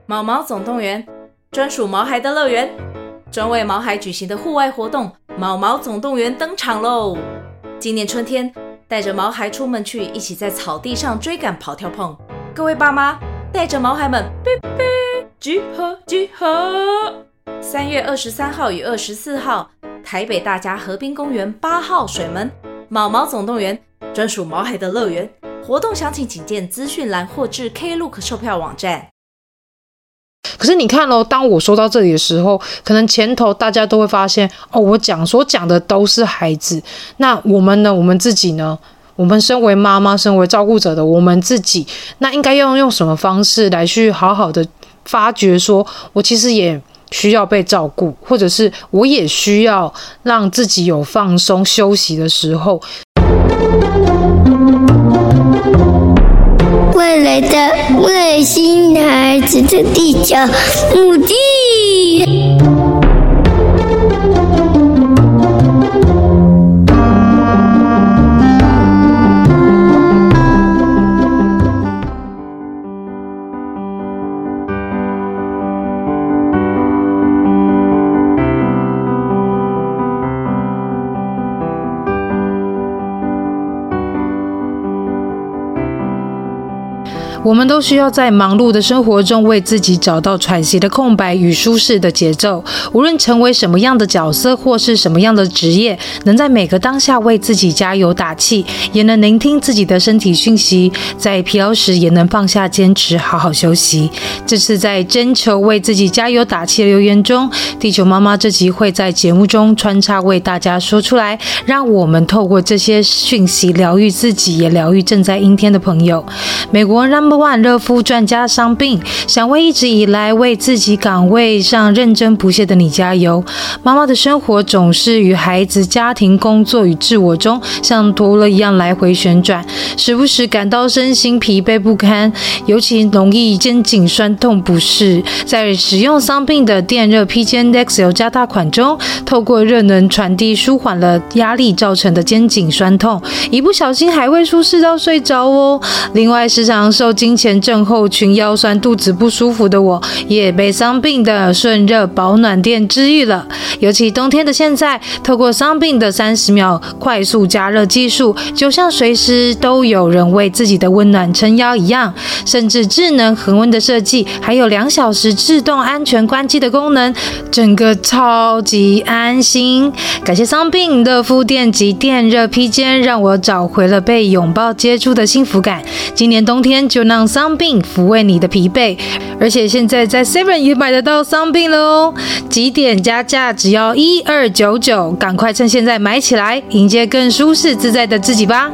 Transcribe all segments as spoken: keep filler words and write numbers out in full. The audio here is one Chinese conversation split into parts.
毛毛总动员，专属毛孩的乐园，专为毛孩举行的户外活动毛毛总动员登场喽！今年春天，带着毛孩出门去，一起在草地上追赶跑跳碰。各位爸妈，带着毛孩们，哔哔，集合集合！三月二十三号与二十四号，台北大家河滨公园八号水门毛毛总动员，专属毛孩的乐园。活动详情请见资讯栏或至 Klook 售票网站。 可是你看咯，当我说到这里的时候，可能前头大家都会发现哦，我讲所讲的都是孩子，那我们呢？我们自己呢？我们身为妈妈，身为照顾者的我们自己，那应该要用什么方式来去好好的发掘说，我其实也需要被照顾，或者是我也需要让自己有放松休息的时候。 未来的外星孩子的地球母地。 我们都需要在忙碌的生活中为自己找到喘息的空白与舒适的节奏。无论成为什么样的角色或是什么样的职业，能在每个当下为自己加油打气，也能聆听自己的身体讯息，在疲劳时也能放下坚持，好好休息。这次在征求为自己加油打气的留言中，地球妈妈这集会在节目中穿插为大家说出来，让我们透过这些讯息疗愈自己，也疗愈正在阴天的朋友。美国让热夫专家伤病，想为一直以来为自己岗位上认真不懈的你加油。妈妈的生活总是与孩子、家庭、工作与自我中像陀螺一样来回旋转，时不时感到身心疲惫不堪，尤其容易肩颈酸痛不适。在使用伤病的电热披肩 Dexel 加大款中，透过热能传递舒缓了压力造成的肩颈酸痛，一不小心还会舒适到睡着哦。另外，时常受经前症候群腰酸肚子不舒服的我，也被伤病的顺热保暖垫治愈了。尤其冬天的现在，透过伤病的三十秒快速加热技术，就像随时都有人为自己的温暖撑腰一样。甚至智能恒温的设计，还有两小时自动安全关机的功能，整个超级安心。感谢伤病的肤垫及电热披肩，让我找回了被拥抱接触的幸福感。今年冬天就让伤病抚慰你的疲惫，而且现在在 Seven 也买得到伤病了哦，几点加价只要一二九九，赶快趁现在买起来，迎接更舒适自在的自己吧。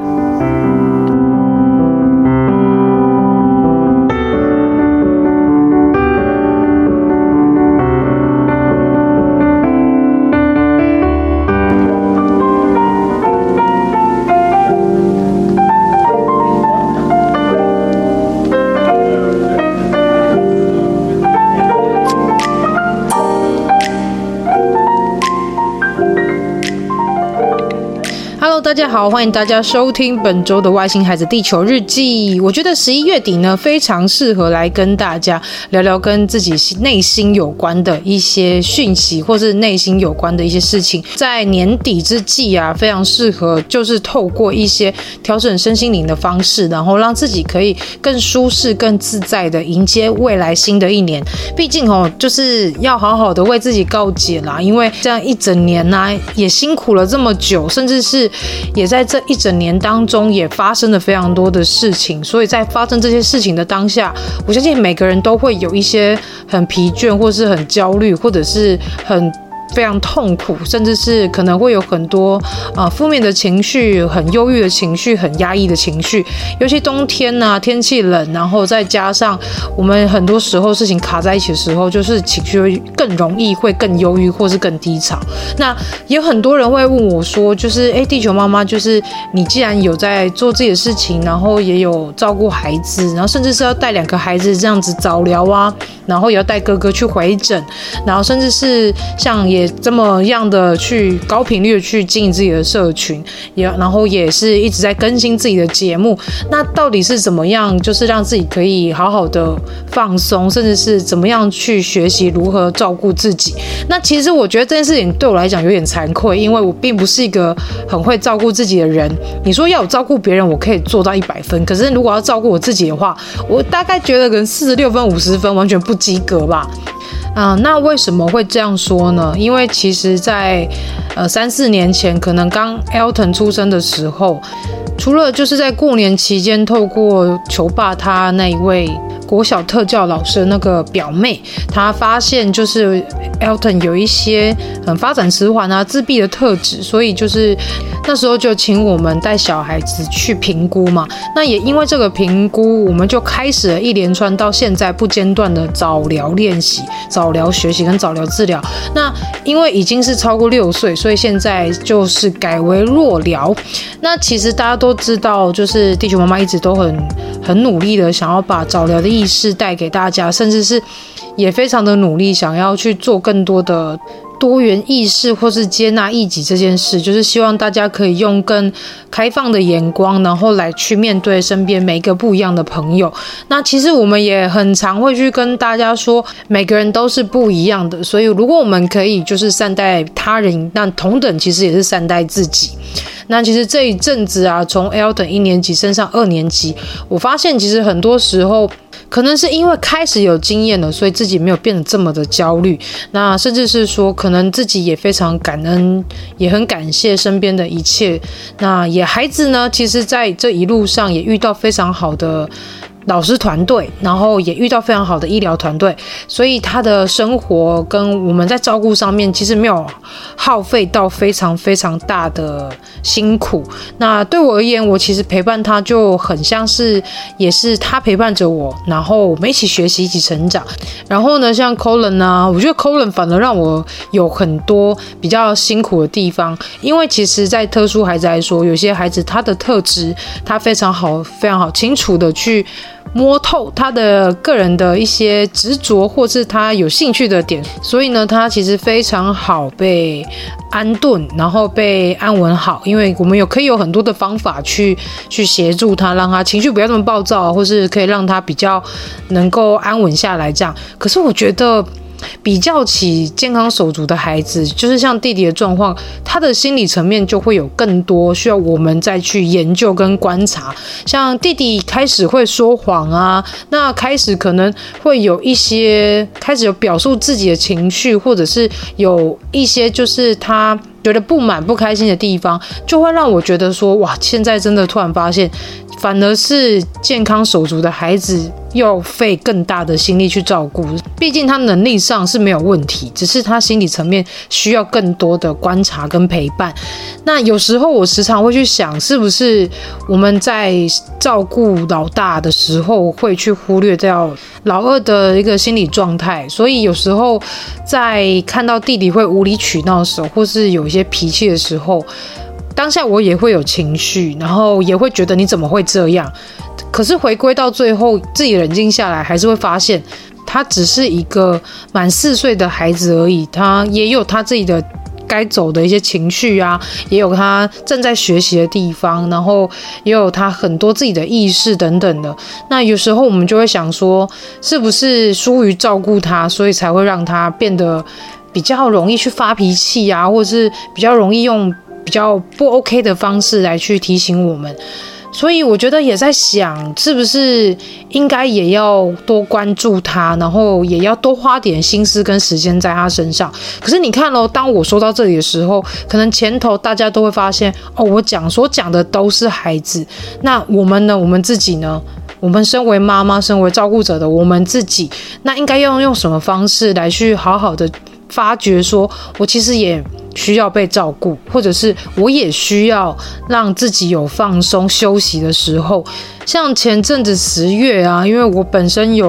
大家好，欢迎大家收听本周的外星孩子地球日记。我觉得十一月底呢，非常适合来跟大家聊聊跟自己内心有关的一些讯息，或是内心有关的一些事情。在年底之际啊，非常适合就是透过一些调整身心灵的方式，然后让自己可以更舒适、更自在的迎接未来新的一年。毕竟哦，就是要好好的为自己告解啦，因为这样一整年啊，也辛苦了这么久，甚至是也在这一整年当中也发生了非常多的事情，所以在发生这些事情的当下，我相信每个人都会有一些很疲倦，或是很焦虑，或者是很非常痛苦，甚至是可能会有很多呃负面的情绪，很忧郁的情绪，很压抑的情绪。尤其冬天啊，天气冷，然后再加上我们很多时候事情卡在一起的时候，就是情绪会更容易会更忧郁，或是更低潮。那也有很多人会问我说，就是哎，地球妈妈，就是你既然有在做自己的事情，然后也有照顾孩子，然后甚至是要带两个孩子这样子早疗啊，然后也要带哥哥去回诊，然后甚至是像也也这么样的去高频率的去经营自己的社群，也然后也是一直在更新自己的节目。那到底是怎么样，就是让自己可以好好的放松，甚至是怎么样去学习如何照顾自己？那其实我觉得这件事情对我来讲有点惭愧，因为我并不是一个很会照顾自己的人。你说要我照顾别人，我可以做到一百分，可是如果要照顾我自己的话，我大概觉得可能四十六分、五十分完全不及格吧。啊、呃，那为什么会这样说呢？因为其实在呃三四年前，可能刚 Elton 出生的时候，除了就是在过年期间，透过球爸他那一位国小特教老师的那个表妹，她发现就是 Elton 有一些嗯发展迟缓啊、自闭的特质，所以就是那时候就请我们带小孩子去评估嘛。那也因为这个评估，我们就开始了一连串到现在不间断的早疗练习、早疗学习跟早疗治疗。那因为已经是超过六岁，所以现在就是改为弱疗。那其实大家都知道，就是地球妈妈一直都很很努力的想要把早疗的意识带给大家，甚至是也非常的努力想要去做更多的多元意识或是接纳异己这件事，就是希望大家可以用更开放的眼光，然后来去面对身边每一个不一样的朋友。那其实我们也很常会去跟大家说，每个人都是不一样的，所以如果我们可以就是善待他人，那同等其实也是善待自己。那其实这一阵子啊，从 Elton 一年级升上二年级，我发现其实很多时候可能是因为开始有经验了，所以自己没有变得这么的焦虑。那甚至是说，可能自己也非常感恩，也很感谢身边的一切。那也孩子呢，其实在这一路上也遇到非常好的老师团队，然后也遇到非常好的医疗团队，所以他的生活跟我们在照顾上面其实没有耗费到非常非常大的辛苦。那对我而言，我其实陪伴他就很像是也是他陪伴着我，然后我们一起学习，一起成长。然后呢，像 Colin 啊，我觉得 Colin 反而让我有很多比较辛苦的地方，因为其实在特殊孩子来说，有些孩子他的特质他非常好非常好清楚的去摸透他的个人的一些执着或是他有兴趣的点，所以呢他其实非常好被安顿，然后被安稳好，因为我们有可以有很多的方法去去协助他，让他情绪不要那么暴躁，或是可以让他比较能够安稳下来这样。可是我觉得比较起健康手足的孩子，就是像弟弟的状况，他的心理层面就会有更多需要我们再去研究跟观察。像弟弟开始会说谎啊，那开始可能会有一些开始有表述自己的情绪，或者是有一些就是他觉得不满不开心的地方，就会让我觉得说，哇，现在真的突然发现反而是健康手足的孩子要费更大的心力去照顾，毕竟他能力上是没有问题，只是他心理层面需要更多的观察跟陪伴。那有时候我时常会去想，是不是我们在照顾老大的时候会去忽略掉老二的一个心理状态，所以有时候在看到弟弟会无理取闹的时候，或是有一些脾气的时候，当下我也会有情绪，然后也会觉得你怎么会这样。可是回归到最后，自己冷静下来，还是会发现他只是一个满四岁的孩子而已，他也有他自己的该走的一些情绪啊，也有他正在学习的地方，然后也有他很多自己的意识等等的。那有时候我们就会想说，是不是疏于照顾他，所以才会让他变得比较容易去发脾气啊，或者是比较容易用比较不 OK 的方式来去提醒我们。所以我觉得也在想，是不是应该也要多关注他，然后也要多花点心思跟时间在他身上。可是你看咯，当我说到这里的时候，可能前头大家都会发现，哦，我讲所讲的都是孩子，那我们呢？我们自己呢？我们身为妈妈，身为照顾者的我们自己，那应该要用什么方式来去好好的发觉说，我其实也需要被照顾，或者是我也需要让自己有放松休息的时候。像前阵子十月啊，因为我本身有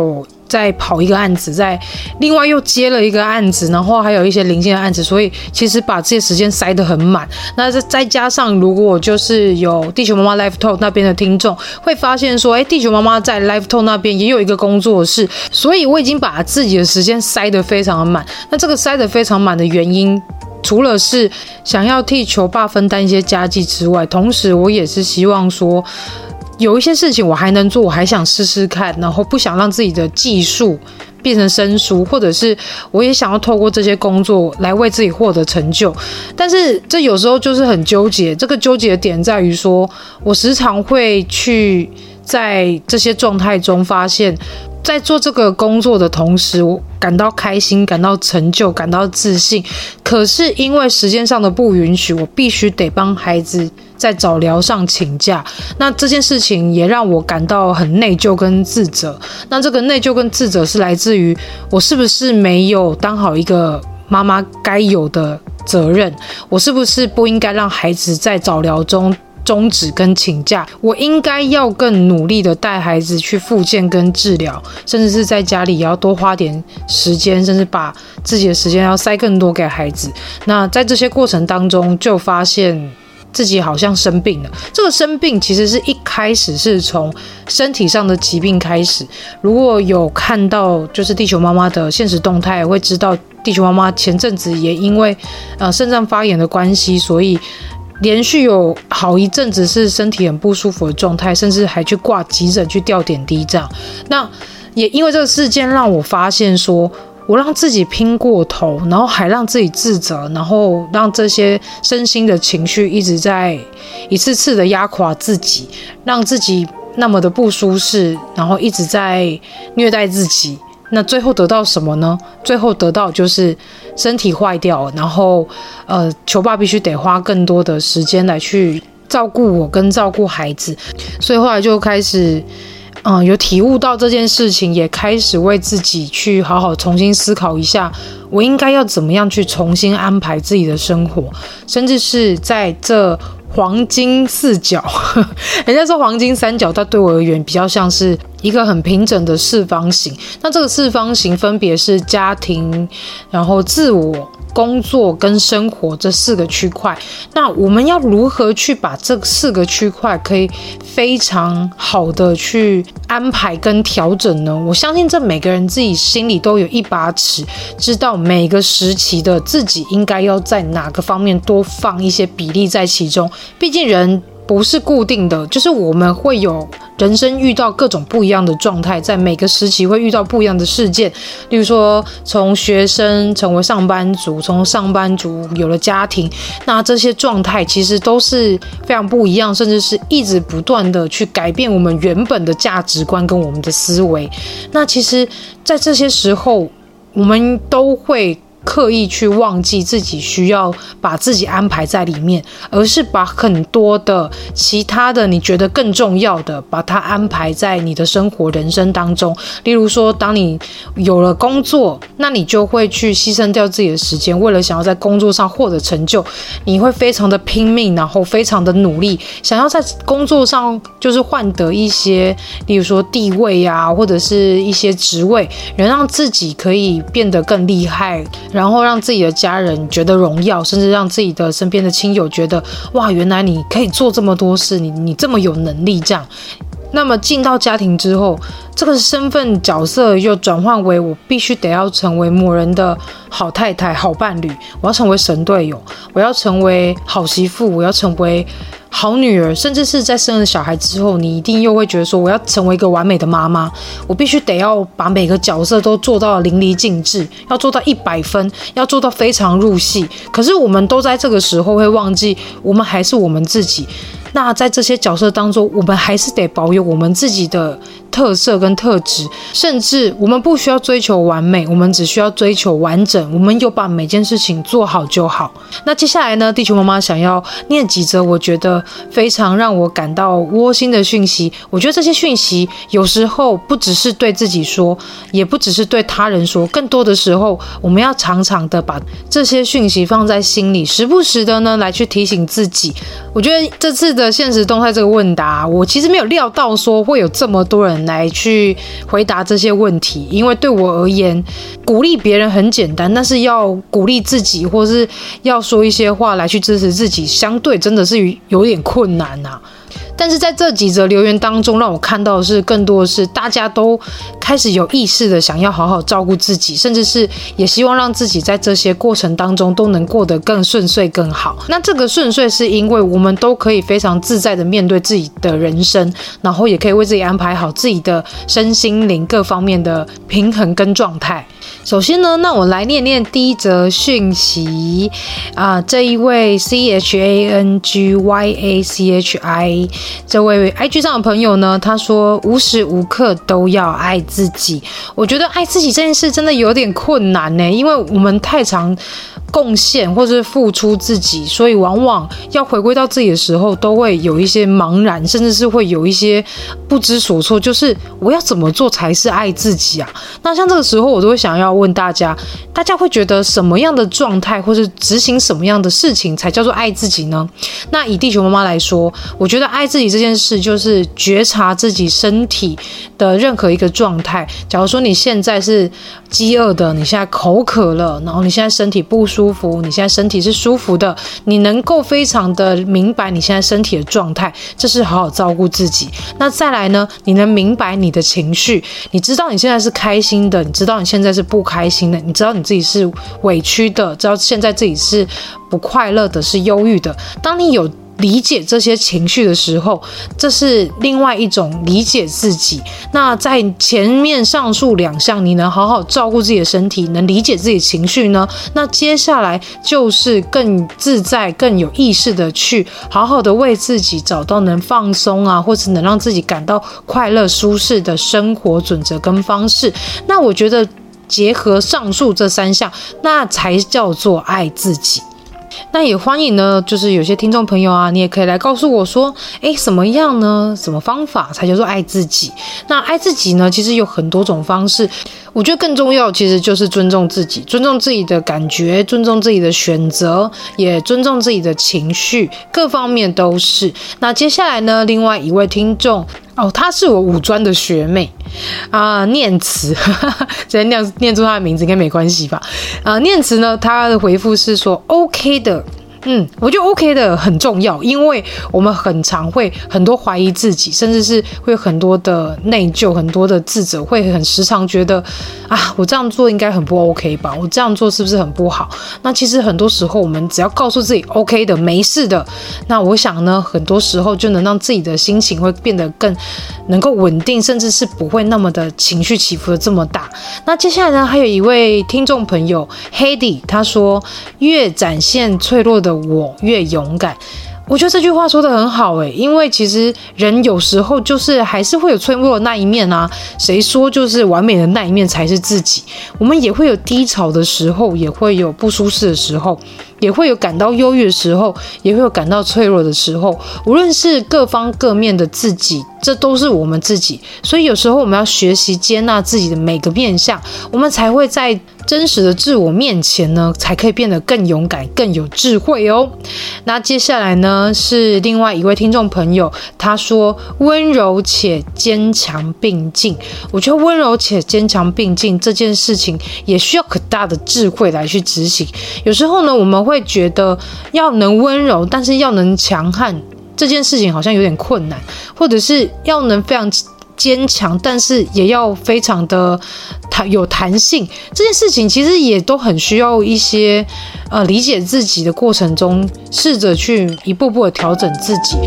在跑一个案子，在另外又接了一个案子，然后还有一些零星的案子，所以其实把这些时间塞得很满。那再加上如果就是有地球妈妈 Live Talk 那边的听众会发现说，哎，地球妈妈在 Live Talk 那边也有一个工作室，所以我已经把自己的时间塞得非常的满。那这个塞得非常满的原因，除了是想要替球爸分担一些家计之外，同时我也是希望说，有一些事情我还能做，我还想试试看，然后不想让自己的技术变成生疏，或者是我也想要透过这些工作来为自己获得成就。但是这有时候就是很纠结，这个纠结的点在于说，我时常会去在这些状态中发现，在做这个工作的同时，我感到开心，感到成就，感到自信。可是因为时间上的不允许，我必须得帮孩子在早疗上请假。那这件事情也让我感到很内疚跟自责。那这个内疚跟自责是来自于我是不是没有当好一个妈妈该有的责任？我是不是不应该让孩子在早疗中终止跟请假？我应该要更努力的带孩子去复健跟治疗，甚至是在家里也要多花点时间，甚至把自己的时间要塞更多给孩子。那在这些过程当中，就发现自己好像生病了。这个生病其实是一开始是从身体上的疾病开始。如果有看到就是地球妈妈的现实动态，会知道地球妈妈前阵子也因为呃肾脏发炎的关系，所以连续有好一阵子是身体很不舒服的状态，甚至还去挂急诊去吊点滴这样。那也因为这个事件让我发现说，我让自己拼过头，然后还让自己自责，然后让这些身心的情绪一直在一次次的压垮自己，让自己那么的不舒适，然后一直在虐待自己。那最后得到什么呢？最后得到就是身体坏掉，然后呃，球爸必须得花更多的时间来去照顾我跟照顾孩子，所以后来就开始嗯，有体悟到这件事情，也开始为自己去好好重新思考一下，我应该要怎么样去重新安排自己的生活，甚至是在这黄金四角，人家说黄金三角，它对我而言比较像是一个很平整的四方形。那这个四方形分别是家庭，然后自我、工作跟生活这四个区块。那我们要如何去把这四个区块可以非常好的去安排跟调整呢？我相信这每个人自己心里都有一把尺，知道每个时期的自己应该要在哪个方面多放一些比例在其中。毕竟人不是固定的，就是我们会有人生遇到各种不一样的状态，在每个时期会遇到不一样的事件，例如说从学生成为上班族，从上班族有了家庭，那这些状态其实都是非常不一样，甚至是一直不断的去改变我们原本的价值观跟我们的思维。那其实在这些时候，我们都会刻意去忘记自己需要把自己安排在里面，而是把很多的其他的你觉得更重要的把它安排在你的生活人生当中。例如说，当你有了工作，那你就会去牺牲掉自己的时间，为了想要在工作上获得成就，你会非常的拼命，然后非常的努力，想要在工作上就是换得一些例如说地位啊，或者是一些职位，能让自己可以变得更厉害，然后让自己的家人觉得荣耀，甚至让自己的身边的亲友觉得，哇，原来你可以做这么多事，你你这么有能力这样。那么进到家庭之后，这个身份角色又转换为我必须得要成为某人的好太太、好伴侣，我要成为神队友，我要成为好媳妇，我要成为好女儿，甚至是在生了小孩之后，你一定又会觉得说，我要成为一个完美的妈妈，我必须得要把每个角色都做到淋漓尽致，要做到一百分，要做到非常入戏。可是我们都在这个时候会忘记，我们还是我们自己。那在这些角色当中，我们还是得保有我们自己的特色跟特质，甚至我们不需要追求完美，我们只需要追求完整，我们有把每件事情做好就好。那接下来呢，地球妈妈想要念几则我觉得非常让我感到窝心的讯息。我觉得这些讯息有时候不只是对自己说，也不只是对他人说，更多的时候我们要常常的把这些讯息放在心里，时不时的呢来去提醒自己。我觉得这次的个限时动态这个问答，我其实没有料到说会有这么多人来去回答这些问题，因为对我而言，鼓励别人很简单，但是要鼓励自己，或是要说一些话来去支持自己，相对真的是有点困难啊。但是在这几则留言当中，让我看到的是更多的是大家都开始有意识的想要好好照顾自己，甚至是也希望让自己在这些过程当中都能过得更顺遂更好。那这个顺遂是因为我们都可以非常自在的面对自己的人生，然后也可以为自己安排好自己的身心灵各方面的平衡跟状态。首先呢，那我来念念第一则讯息啊、呃，这一位 C H A N G Y A C H I 这位 I G 上的朋友呢，他说无时无刻都要爱自己。我觉得爱自己这件事真的有点困难呢，因为我们太常贡献或是付出自己，所以往往要回归到自己的时候，都会有一些茫然，甚至是会有一些不知所措，就是我要怎么做才是爱自己啊？那像这个时候，我都会想要问大家，大家会觉得什么样的状态，或是执行什么样的事情才叫做爱自己呢？那以地球妈妈来说，我觉得爱自己这件事就是觉察自己身体的任何一个状态。假如说你现在是饥饿的，你现在口渴了，然后你现在身体不舒服，你现在身体是舒服的，你能够非常的明白你现在身体的状态，这是好好照顾自己。那再来呢，你能明白你的情绪，你知道你现在是开心的，你知道你现在是不开心的，你知道你自己是委屈的，知道现在自己是不快乐的，是忧郁的。当你有理解这些情绪的时候，这是另外一种理解自己。那在前面上述两项，你能好好照顾自己的身体，能理解自己的情绪呢？那接下来就是更自在、更有意识的去好好的为自己找到能放松啊，或是能让自己感到快乐、舒适的生活准则跟方式。那我觉得结合上述这三项，那才叫做爱自己。那也欢迎呢，就是有些听众朋友啊，你也可以来告诉我说，哎，什么样呢？什么方法才叫做爱自己？那爱自己呢，其实有很多种方式。我觉得更重要，其实就是尊重自己，尊重自己的感觉，尊重自己的选择，也尊重自己的情绪，各方面都是。那接下来呢，另外一位听众。哦，她是我五专的学妹啊、呃，念慈，直接念念出她的名字应该没关系吧？啊、呃，念慈呢，她的回复是说 OK 的。嗯，我觉得 OK 的很重要，因为我们很常会很多怀疑自己，甚至是会有很多的内疚，很多的自责，会很时常觉得啊，我这样做应该很不 OK 吧？我这样做是不是很不好？那其实很多时候我们只要告诉自己 OK 的，没事的，那我想呢，很多时候就能让自己的心情会变得更能够稳定，甚至是不会那么的情绪起伏的这么大。那接下来呢，还有一位听众朋友 Hedy， 他说越展现脆弱的我越勇敢。我觉得这句话说得很好诶，因为其实人有时候就是还是会有脆弱的那一面啊，谁说就是完美的那一面才是自己？我们也会有低潮的时候，也会有不舒适的时候，也会有感到忧郁的时候，也会有感到脆弱的时候，无论是各方各面的自己，这都是我们自己。所以有时候我们要学习接纳自己的每个面向，我们才会在真实的自我面前呢，才可以变得更勇敢、更有智慧哦。那接下来呢，是另外一位听众朋友，他说温柔且坚强并进。我觉得温柔且坚强并进这件事情，也需要很大的智慧来去执行。有时候呢，我们会觉得要能温柔，但是要能强悍，这件事情好像有点困难，或者是要能非常坚强，但是也要非常的有弹性。这件事情其实也都很需要一些呃理解自己的过程中，试着去一步步的调整自己。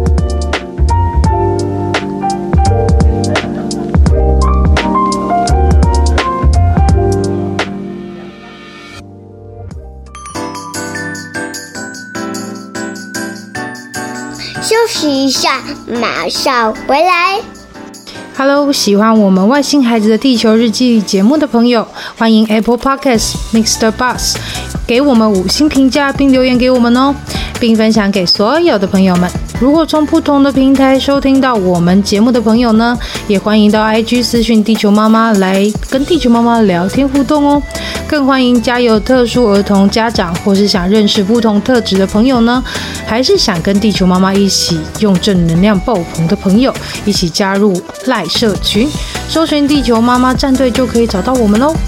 休息一下，马上回来。 Hello， 喜欢我们外星孩子的地球日记节目的朋友，欢迎 Apple Podcast、Mixer Bus 给我们五星评价并留言给我们哦，并分享给所有的朋友们。 如果从不同的平台收听到我们节目的朋友呢，也欢迎到 I G 私讯地球妈妈来跟地球妈妈聊天互动哦。更欢迎家有特殊儿童家长，或是想认识不同特质的朋友呢，还是想跟地球妈妈一起用正能量爆棚的朋友，一起加入赖社群，搜寻地球妈妈战队就可以找到我们喽。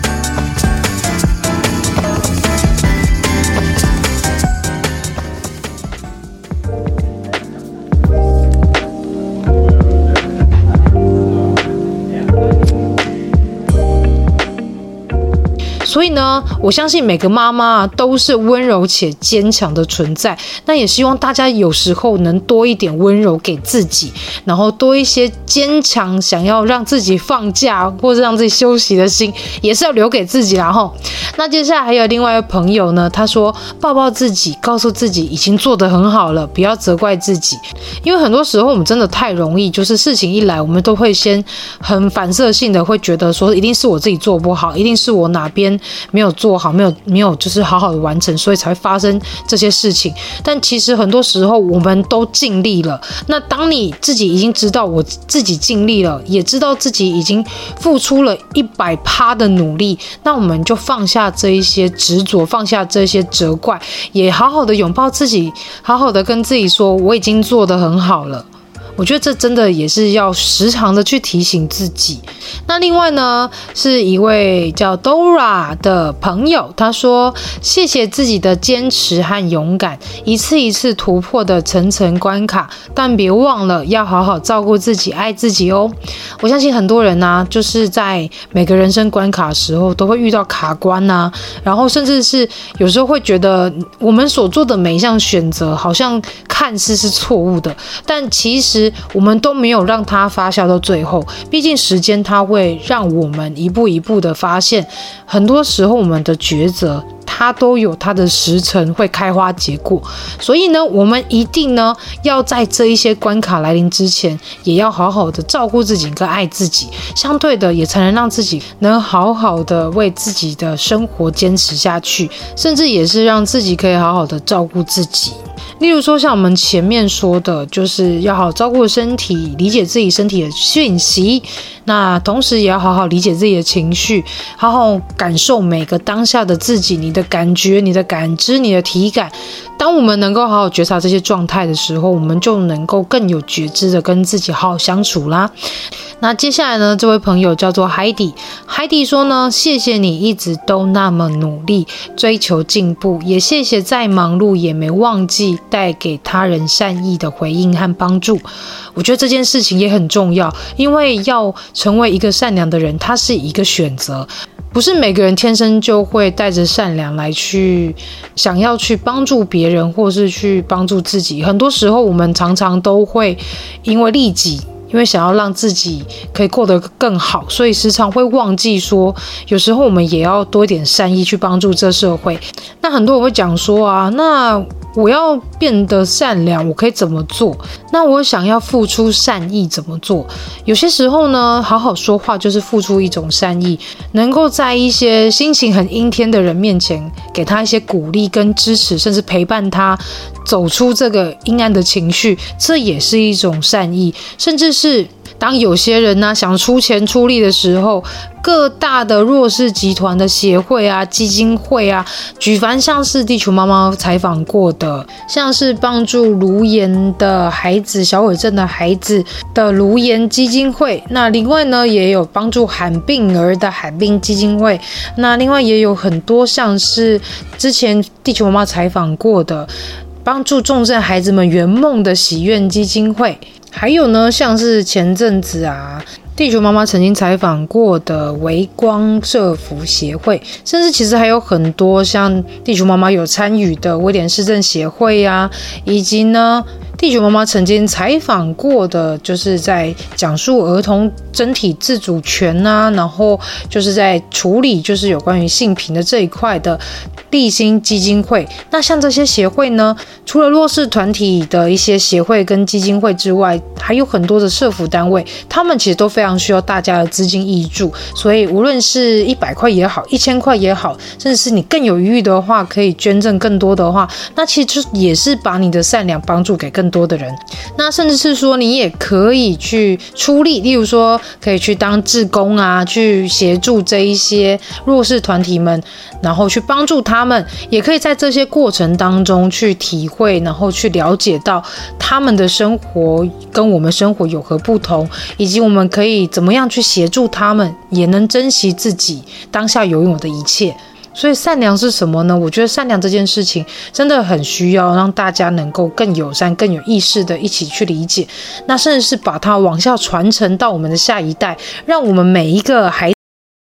所以呢，我相信每个妈妈都是温柔且坚强的存在，那也希望大家有时候能多一点温柔给自己，然后多一些坚强，想要让自己放假或者让自己休息的心，也是要留给自己啦齁。那接下来还有另外一位朋友呢，他说抱抱自己，告诉自己已经做得很好了，不要责怪自己，因为很多时候我们真的太容易，就是事情一来，我们都会先很反射性的会觉得说，一定是我自己做不好，一定是我哪边没有做好，没有没有就是好好的完成，所以才会发生这些事情。但其实很多时候我们都尽力了。那当你自己已经知道我自己尽力了，也知道自己已经付出了一百趴的努力，那我们就放下这一些执着，放下这些责怪，也好好的拥抱自己，好好的跟自己说，我已经做得很好了。我觉得这真的也是要时常的去提醒自己。那另外呢，是一位叫 Dora 的朋友，他说谢谢自己的坚持和勇敢，一次一次突破的层层关卡，但别忘了要好好照顾自己，爱自己哦。我相信很多人啊，就是在每个人生关卡的时候都会遇到卡关啊，然后甚至是有时候会觉得我们所做的每一项选择好像看似是错误的，但其实我们都没有让它发酵到最后，毕竟时间它会让我们一步一步的发现，很多时候我们的抉择它都有它的时辰会开花结果，所以呢，我们一定呢要在这一些关卡来临之前，也要好好的照顾自己跟爱自己，相对的也才能让自己能好好的为自己的生活坚持下去，甚至也是让自己可以好好的照顾自己。例如说像我们前面说的，就是要好好照顾身体，理解自己身体的讯息，那同时也要好好理解自己的情绪，好好感受每个当下的自己，你的感觉，你的感知，你的体感。当我们能够好好觉察这些状态的时候，我们就能够更有觉知的跟自己好好相处啦。那接下来呢，这位朋友叫做海底，海底说呢，谢谢你一直都那么努力追求进步，也谢谢再忙碌也没忘记带给他人善意的回应和帮助。我觉得这件事情也很重要，因为要成为一个善良的人，它是一个选择，不是每个人天生就会带着善良来去想要去帮助别人或是去帮助自己。很多时候我们常常都会因为利己，因为想要让自己可以过得更好，所以时常会忘记说，有时候我们也要多一点善意去帮助这社会。那很多人会讲说啊，那我要变得善良，我可以怎么做？那我想要付出善意怎么做？有些时候呢，好好说话就是付出一种善意，能够在一些心情很阴天的人面前，给他一些鼓励跟支持，甚至陪伴他走出这个阴暗的情绪，这也是一种善意。甚至是当有些人呢、啊、想出钱出力的时候，各大的弱势集团的协会啊、基金会啊，举凡像是地球妈妈采访过的，像是帮助顱颜的孩子、小伟症的孩子的顱颜基金会，那另外呢也有帮助罕病儿的罕病基金会，那另外也有很多像是之前地球妈妈采访过的帮助重症孩子们圆梦的喜愿基金会，还有呢像是前阵子啊地球妈妈曾经采访过的微光社福协会，甚至其实还有很多像地球妈妈有参与的威廉市政协会啊，以及呢地球妈妈曾经采访过的就是在讲述儿童整体自主权啊，然后就是在处理就是有关于性平的这一块的立新基金会。那像这些协会呢，除了弱势团体的一些协会跟基金会之外，还有很多的社福单位，他们其实都非常需要大家的资金挹注。所以无论是一百块也好，一千块也好，甚至是你更有余裕的话，可以捐赠更多的话，那其实就也是把你的善良帮助给更多的人。那甚至是说你也可以去出力，例如说可以去当志工啊，去协助这一些弱势团体们，然后去帮助他们，也可以在这些过程当中去体会，然后去了解到他们的生活跟我们生活有何不同，以及我们可以怎么样去协助他们，也能珍惜自己当下拥有的一切。所以善良是什么呢？我觉得善良这件事情真的很需要让大家能够更友善、更有意识的一起去理解，那甚至是把它往下传承到我们的下一代，让我们每一个孩子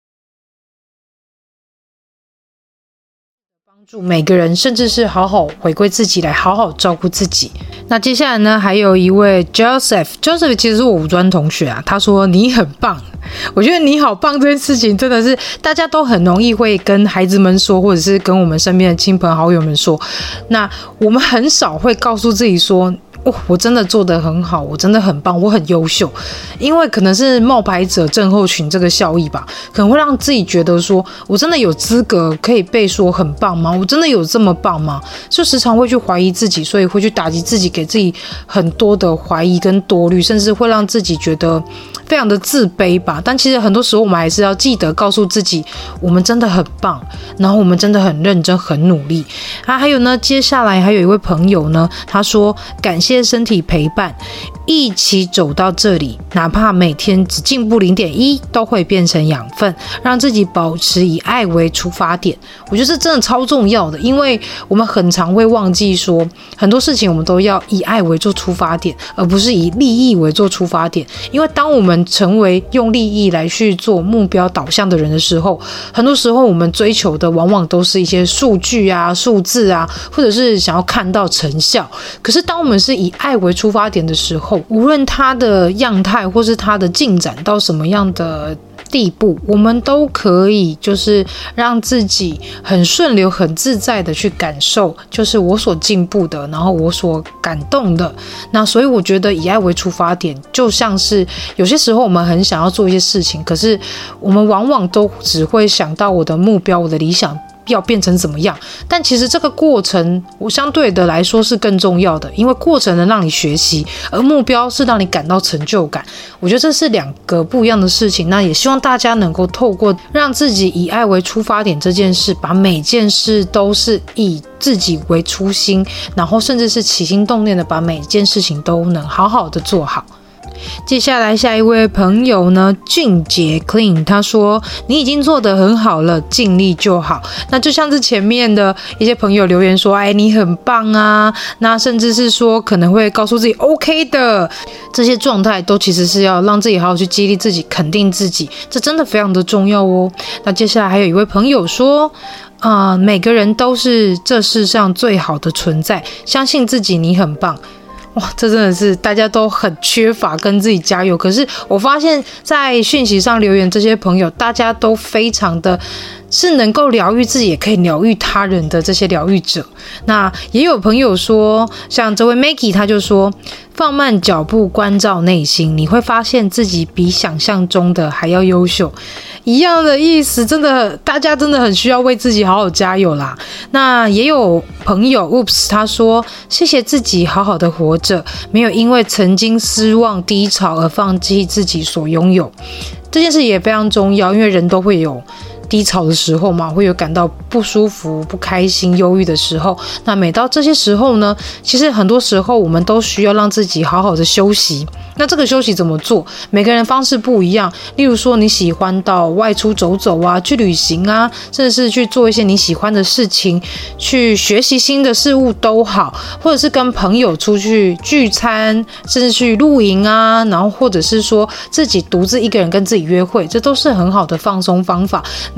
帮助每个人，甚至是好好回归自己，来好好照顾自己。那接下来呢，还有一位 Joseph Joseph 其实是我五专同学啊，他说你很棒。我觉得你好棒这件事情真的是大家都很容易会跟孩子们说，或者是跟我们身边的亲朋好友们说，那我们很少会告诉自己说哦，我真的做得很好，我真的很棒，我很优秀。因为可能是冒牌者症候群这个效益吧，可能会让自己觉得说我真的有资格可以被说很棒吗？我真的有这么棒吗？就时常会去怀疑自己，所以会去打击自己，给自己很多的怀疑跟多虑，甚至会让自己觉得非常的自卑吧。但其实很多时候我们还是要记得告诉自己，我们真的很棒，然后我们真的很认真很努力啊。还有呢，接下来还有一位朋友呢，他说感谢身体陪伴，一起走到这里，哪怕每天只进步零点一，都会变成养分，让自己保持以爱为出发点。我觉得这真的超重要的，因为我们很常会忘记说，很多事情我们都要以爱为做出发点，而不是以利益为做出发点。因为当我们成为用利益来去做目标导向的人的时候，很多时候我们追求的往往都是一些数据啊、数字啊，或者是想要看到成效。可是当我们是以爱为出发点的时候，无论它的样态或是它的进展到什么样的地步，我们都可以就是让自己很顺流很自在的去感受，就是我所进步的，然后我所感动的。那所以我觉得以爱为出发点，就像是有些时候我们很想要做一些事情，可是我们往往都只会想到我的目标，我的理想要变成怎么样，但其实这个过程我相对的来说是更重要的，因为过程能让你学习，而目标是让你感到成就感。我觉得这是两个不一样的事情。那也希望大家能够透过让自己以爱为出发点这件事，把每件事都是以自己为初心，然后甚至是起心动念的把每件事情都能好好的做好。接下来下一位朋友呢，俊杰 Clean， 他说你已经做得很好了，尽力就好。那就像是前面的一些朋友留言说，哎，你很棒啊，那甚至是说可能会告诉自己 OK 的，这些状态都其实是要让自己好好去激励自己，肯定自己，这真的非常的重要哦。那接下来还有一位朋友说啊、呃，每个人都是这世上最好的存在，相信自己，你很棒。哇，这真的是大家都很缺乏跟自己加油。可是我发现在讯息上留言这些朋友，大家都非常的是能够疗愈自己，也可以疗愈他人的这些疗愈者。那也有朋友说，像这位 Maggie 他就说，放慢脚步，关照内心，你会发现自己比想象中的还要优秀。一样的意思，真的大家真的很需要为自己好好加油啦。那也有朋友 Oops 他说，谢谢自己好好的活着，没有因为曾经失望低潮而放弃自己所拥有。这件事也非常重要，因为人都会有低潮的时候嘛，会有感到不舒服、不开心、忧郁的时候。那每到这些时候呢，其实很多时候我们都需要让自己好好的休息。那这个休息怎么做？每个人方式不一样。例如说，你喜欢到外出走走啊，去旅行啊，甚至是去做一些你喜欢的事情，去学习新的事物都好，或者是跟朋友出去聚餐，甚至去露营啊，然后或者是说自己独自一个人跟自己约会，这都是很好的放松方法。那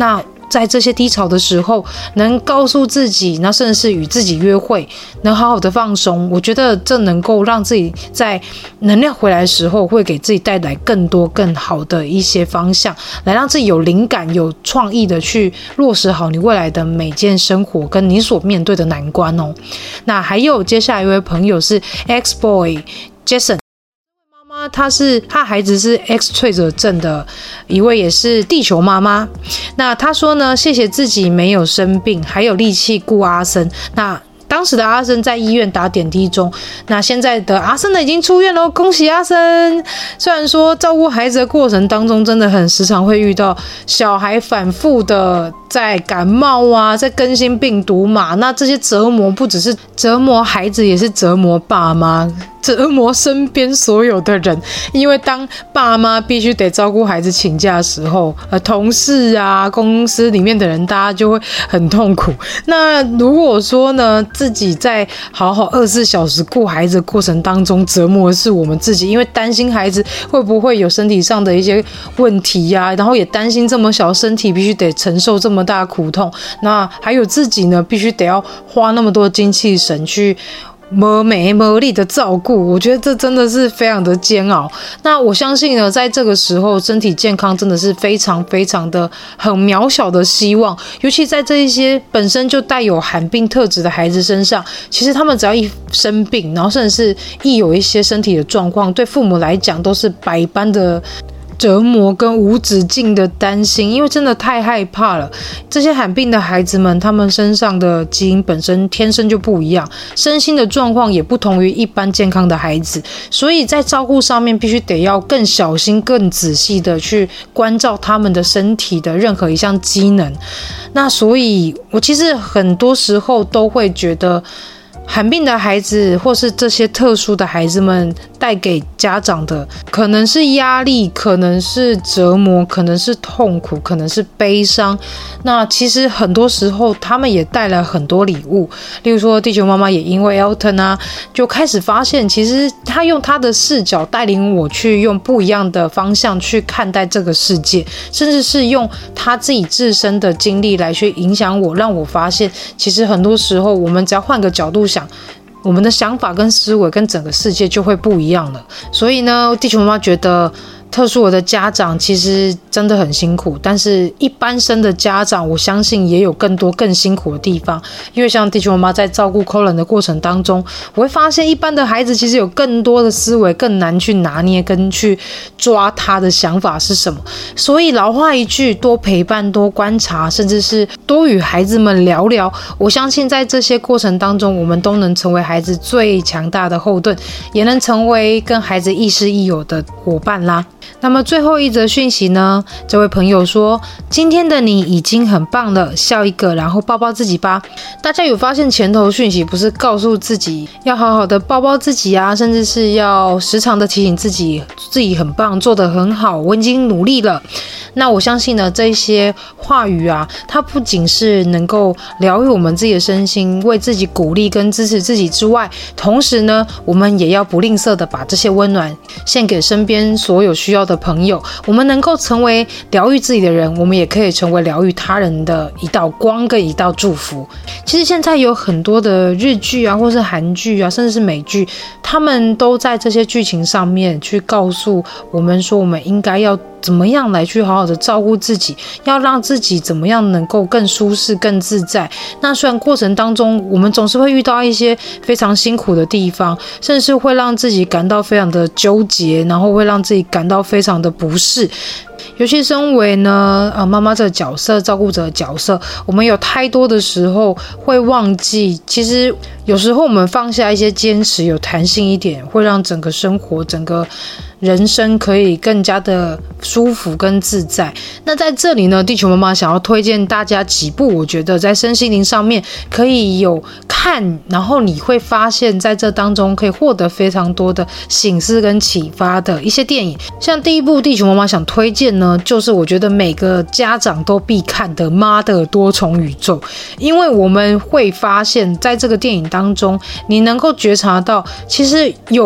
在这些低潮的时候能告诉自己，那甚至是与自己约会，能好好的放松，我觉得这能够让自己在能量回来的时候会给自己带来更多更好的一些方向，来让自己有灵感有创意的去落实好你未来的每件生活跟你所面对的难关哦。那还有接下来一位朋友是 X Boy Jason，她是她孩子是 X 脆折症的一位，也是地球妈妈。那她说呢，谢谢自己没有生病，还有力气顾阿生。那当时的阿生在医院打点滴中，那现在的阿生呢已经出院了，恭喜阿生。虽然说照顾孩子的过程当中真的很时常会遇到小孩反复的在感冒啊，在更新病毒嘛，那这些折磨不只是折磨孩子，也是折磨爸妈，折磨身边所有的人。因为当爸妈必须得照顾孩子请假的时候，呃，同事啊，公司里面的人，大家就会很痛苦。那如果说呢，自己在好好二十四小时顾孩子的过程当中，折磨的是我们自己，因为担心孩子会不会有身体上的一些问题呀、啊，然后也担心这么小身体必须得承受这么大的苦痛，那还有自己呢，必须得要花那么多精气神去没美没力的照顾，我觉得这真的是非常的煎熬。那我相信呢，在这个时候身体健康真的是非常非常的很渺小的希望，尤其在这一些本身就带有罕病特质的孩子身上，其实他们只要一生病，然后甚至是一有一些身体的状况，对父母来讲都是百般的折磨跟无止境的担心，因为真的太害怕了。这些罕病的孩子们，他们身上的基因本身天生就不一样，身心的状况也不同于一般健康的孩子，所以在照顾上面必须得要更小心更仔细的去关照他们的身体的任何一项机能。那所以我其实很多时候都会觉得罕病的孩子或是这些特殊的孩子们带给家长的可能是压力，可能是折磨，可能是痛苦，可能是悲伤。那其实很多时候他们也带了很多礼物，例如说地球妈妈也因为 Elton 啊，就开始发现其实他用他的视角带领我去用不一样的方向去看待这个世界，甚至是用他自己自身的经历来去影响我，让我发现其实很多时候我们只要换个角度想，我们的想法跟思维跟整个世界就会不一样了。所以呢，地球妈妈觉得特殊儿的家长其实真的很辛苦，但是一般生的家长我相信也有更多更辛苦的地方。因为像地球妈妈在照顾 Colin 的过程当中，我会发现一般的孩子其实有更多的思维，更难去拿捏跟去抓他的想法是什么。所以老话一句，多陪伴多观察，甚至是多与孩子们聊聊，我相信在这些过程当中，我们都能成为孩子最强大的后盾，也能成为跟孩子亦师亦友的伙伴啦。那么最后一则讯息呢，这位朋友说，今天的你已经很棒了，笑一个然后抱抱自己吧。大家有发现前头讯息不是告诉自己要好好的抱抱自己啊，甚至是要时常的提醒自己自己很棒，做得很好，我已经努力了。那我相信呢，这些话语啊，它不仅是能够疗愈我们自己的身心，为自己鼓励跟支持自己之外，同时呢，我们也要不吝啬的把这些温暖献给身边所有需要的朋友。我们能够成为疗愈自己的人，我们也可以成为疗愈他人的一道光跟一道祝福。其实现在有很多的日剧啊，或是韩剧啊，甚至是美剧，他们都在这些剧情上面去告诉我们说，我们应该要怎么样来去好好的照顾自己，要让自己怎么样能够更舒适更自在。那虽然过程当中我们总是会遇到一些非常辛苦的地方，甚至会让自己感到非常的纠结，然后会让自己感到非常的不适。尤其身为呢呃妈妈这个角色，照顾者的角色，我们有太多的时候会忘记，其实有时候我们放下一些坚持，有弹性一点，会让整个生活整个人生可以更加的舒服跟自在。那在这里呢，地球妈妈想要推荐大家几部我觉得在身心灵上面可以有看，然后你会发现在这当中可以获得非常多的省思跟启发的一些电影。像第一部地球妈妈想推荐呢，就是我觉得每个家长都必看的《妈的多重宇宙》。因为我们会发现在这个电影当中，你能够觉察到其实有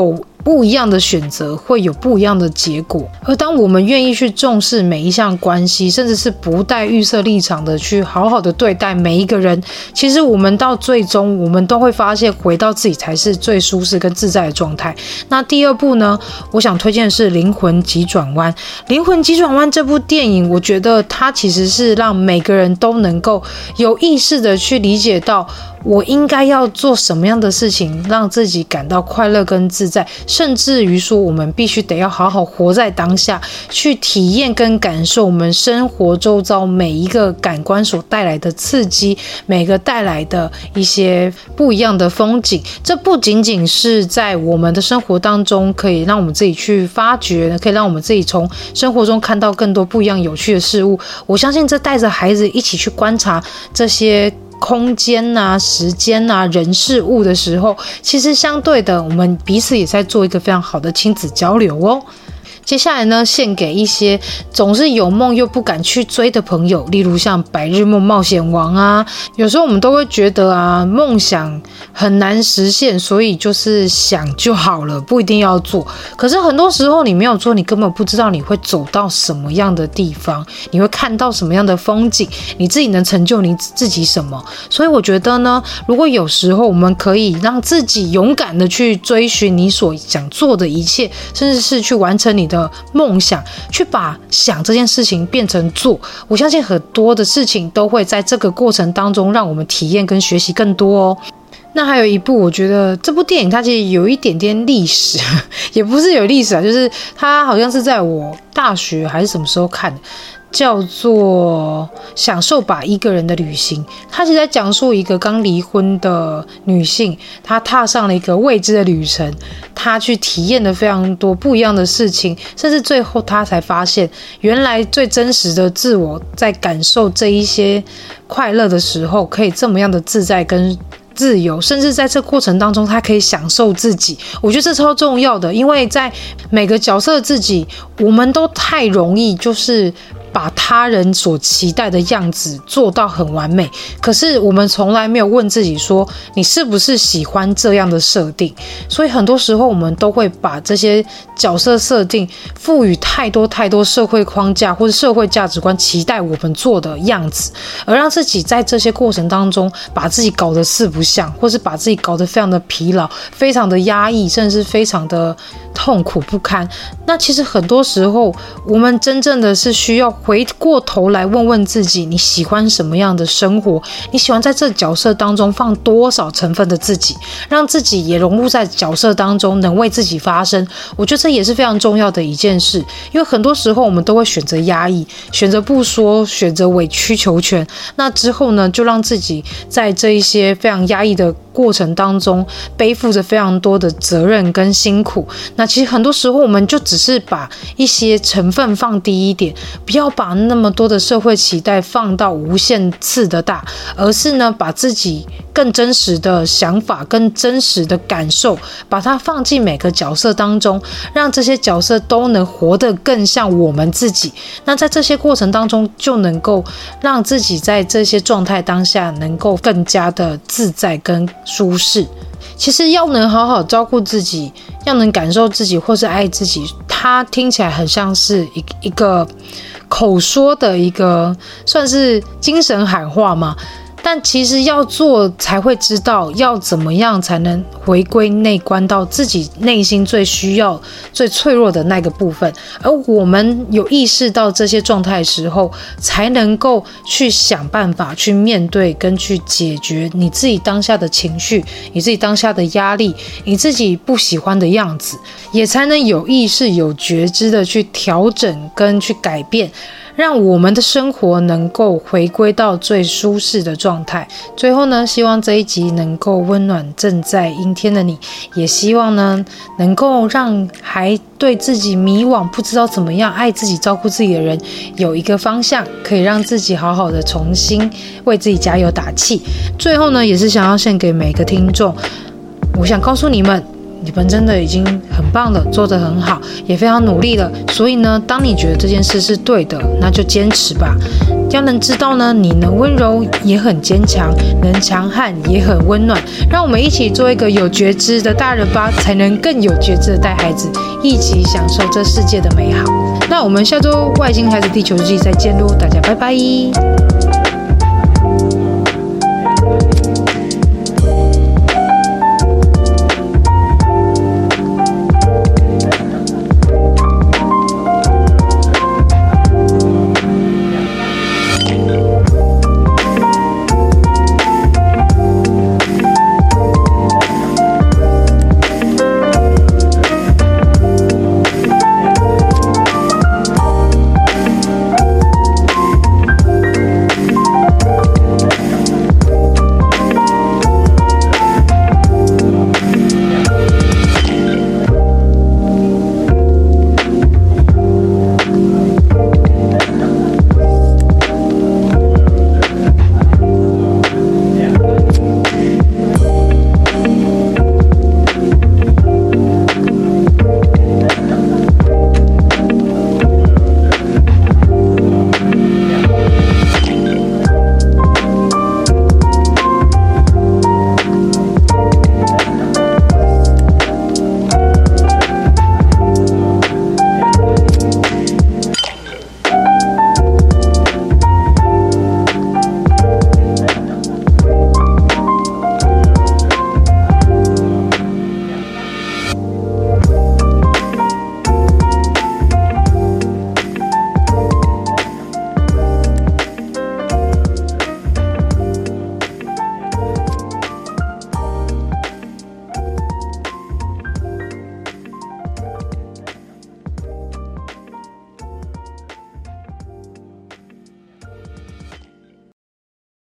不一样的选择会有不一样的结果。而当我们愿意去重视每一项关系，甚至是不带预设立场的去好好的对待每一个人，其实我们到最终我们都会发现回到自己才是最舒适跟自在的状态。那第二部呢，我想推荐的是《灵魂急转弯》。《灵魂急转弯》这部电影，我觉得它其实是让每个人都能够有意识的去理解到我应该要做什么样的事情让自己感到快乐跟自在，甚至于说我们必须得要好好活在当下，去体验跟感受我们生活周遭每一个感官所带来的刺激，每个带来的一些不一样的风景。这不仅仅是在我们的生活当中可以让我们自己去发掘，可以让我们自己从生活中看到更多不一样有趣的事物，我相信这带着孩子一起去观察这些空间啊、时间啊、人事物的时候，其实相对的我们彼此也在做一个非常好的亲子交流哦。接下来呢，献给一些总是有梦又不敢去追的朋友，例如像白日梦冒险王啊。有时候我们都会觉得啊，梦想很难实现，所以就是想就好了，不一定要做。可是很多时候你没有做，你根本不知道你会走到什么样的地方，你会看到什么样的风景，你自己能成就你自己什么。所以我觉得呢，如果有时候我们可以让自己勇敢的去追寻你所想做的一切，甚至是去完成你的的梦想，去把想这件事情变成做，我相信很多的事情都会在这个过程当中让我们体验跟学习更多哦。那还有一部，我觉得这部电影它其实有一点点历史，也不是有历史啊，就是它好像是在我大学还是什么时候看的，叫做《享受吧一个人的旅行》。它其实在讲述一个刚离婚的女性，她踏上了一个未知的旅程，她去体验了非常多不一样的事情，甚至最后她才发现，原来最真实的自我在感受这一些快乐的时候，可以这么样的自在跟自由，甚至在这过程当中他可以享受自己。我觉得这超重要的，因为在每个角色的自己，我们都太容易就是把他人所期待的样子做到很完美，可是我们从来没有问自己说你是不是喜欢这样的设定。所以很多时候我们都会把这些角色设定赋予太多太多社会框架或者社会价值观期待我们做的样子，而让自己在这些过程当中把自己搞得四不像，或是把自己搞得非常的疲劳，非常的压抑，甚至是非常的痛苦不堪。那其实很多时候我们真正的是需要回过头来问问自己，你喜欢什么样的生活，你喜欢在这角色当中放多少成分的自己，让自己也融入在角色当中，能为自己发声。我觉得这也是非常重要的一件事，因为很多时候我们都会选择压抑，选择不说，选择委曲求全，那之后呢，就让自己在这一些非常压抑的过程当中背负着非常多的责任跟辛苦。那其实很多时候我们就只是把一些成分放低一点，不要把那么多的社会期待放到无限次的大，而是呢把自己更真实的想法更真实的感受把它放进每个角色当中，让这些角色都能活得更像我们自己。那在这些过程当中就能够让自己在这些状态当下能够更加的自在跟舒适。其实要能好好照顾自己，要能感受自己或是爱自己，它听起来很像是一一个口说的一个算是精神喊话嘛，但其实要做才会知道要怎么样才能回归内观到自己内心最需要最脆弱的那个部分。而我们有意识到这些状态的时候，才能够去想办法去面对跟去解决你自己当下的情绪，你自己当下的压力，你自己不喜欢的样子，也才能有意识有觉知的去调整跟去改变，让我们的生活能够回归到最舒适的状态。最后呢，希望这一集能够温暖正在阴天的你，也希望呢能够让还对自己迷惘不知道怎么样爱自己照顾自己的人有一个方向，可以让自己好好的重新为自己加油打气。最后呢，也是想要献给每个听众，我想告诉你们，你们真的已经很棒了，做得很好，也非常努力了。所以呢，当你觉得这件事是对的，那就坚持吧。 要能知道呢，你能温柔也很坚强，能强悍也很温暖。让我们一起做一个有觉知的大人吧，才能更有觉知的带孩子，一起享受这世界的美好。那我们下周外星孩子地球日记再见喽，大家拜拜。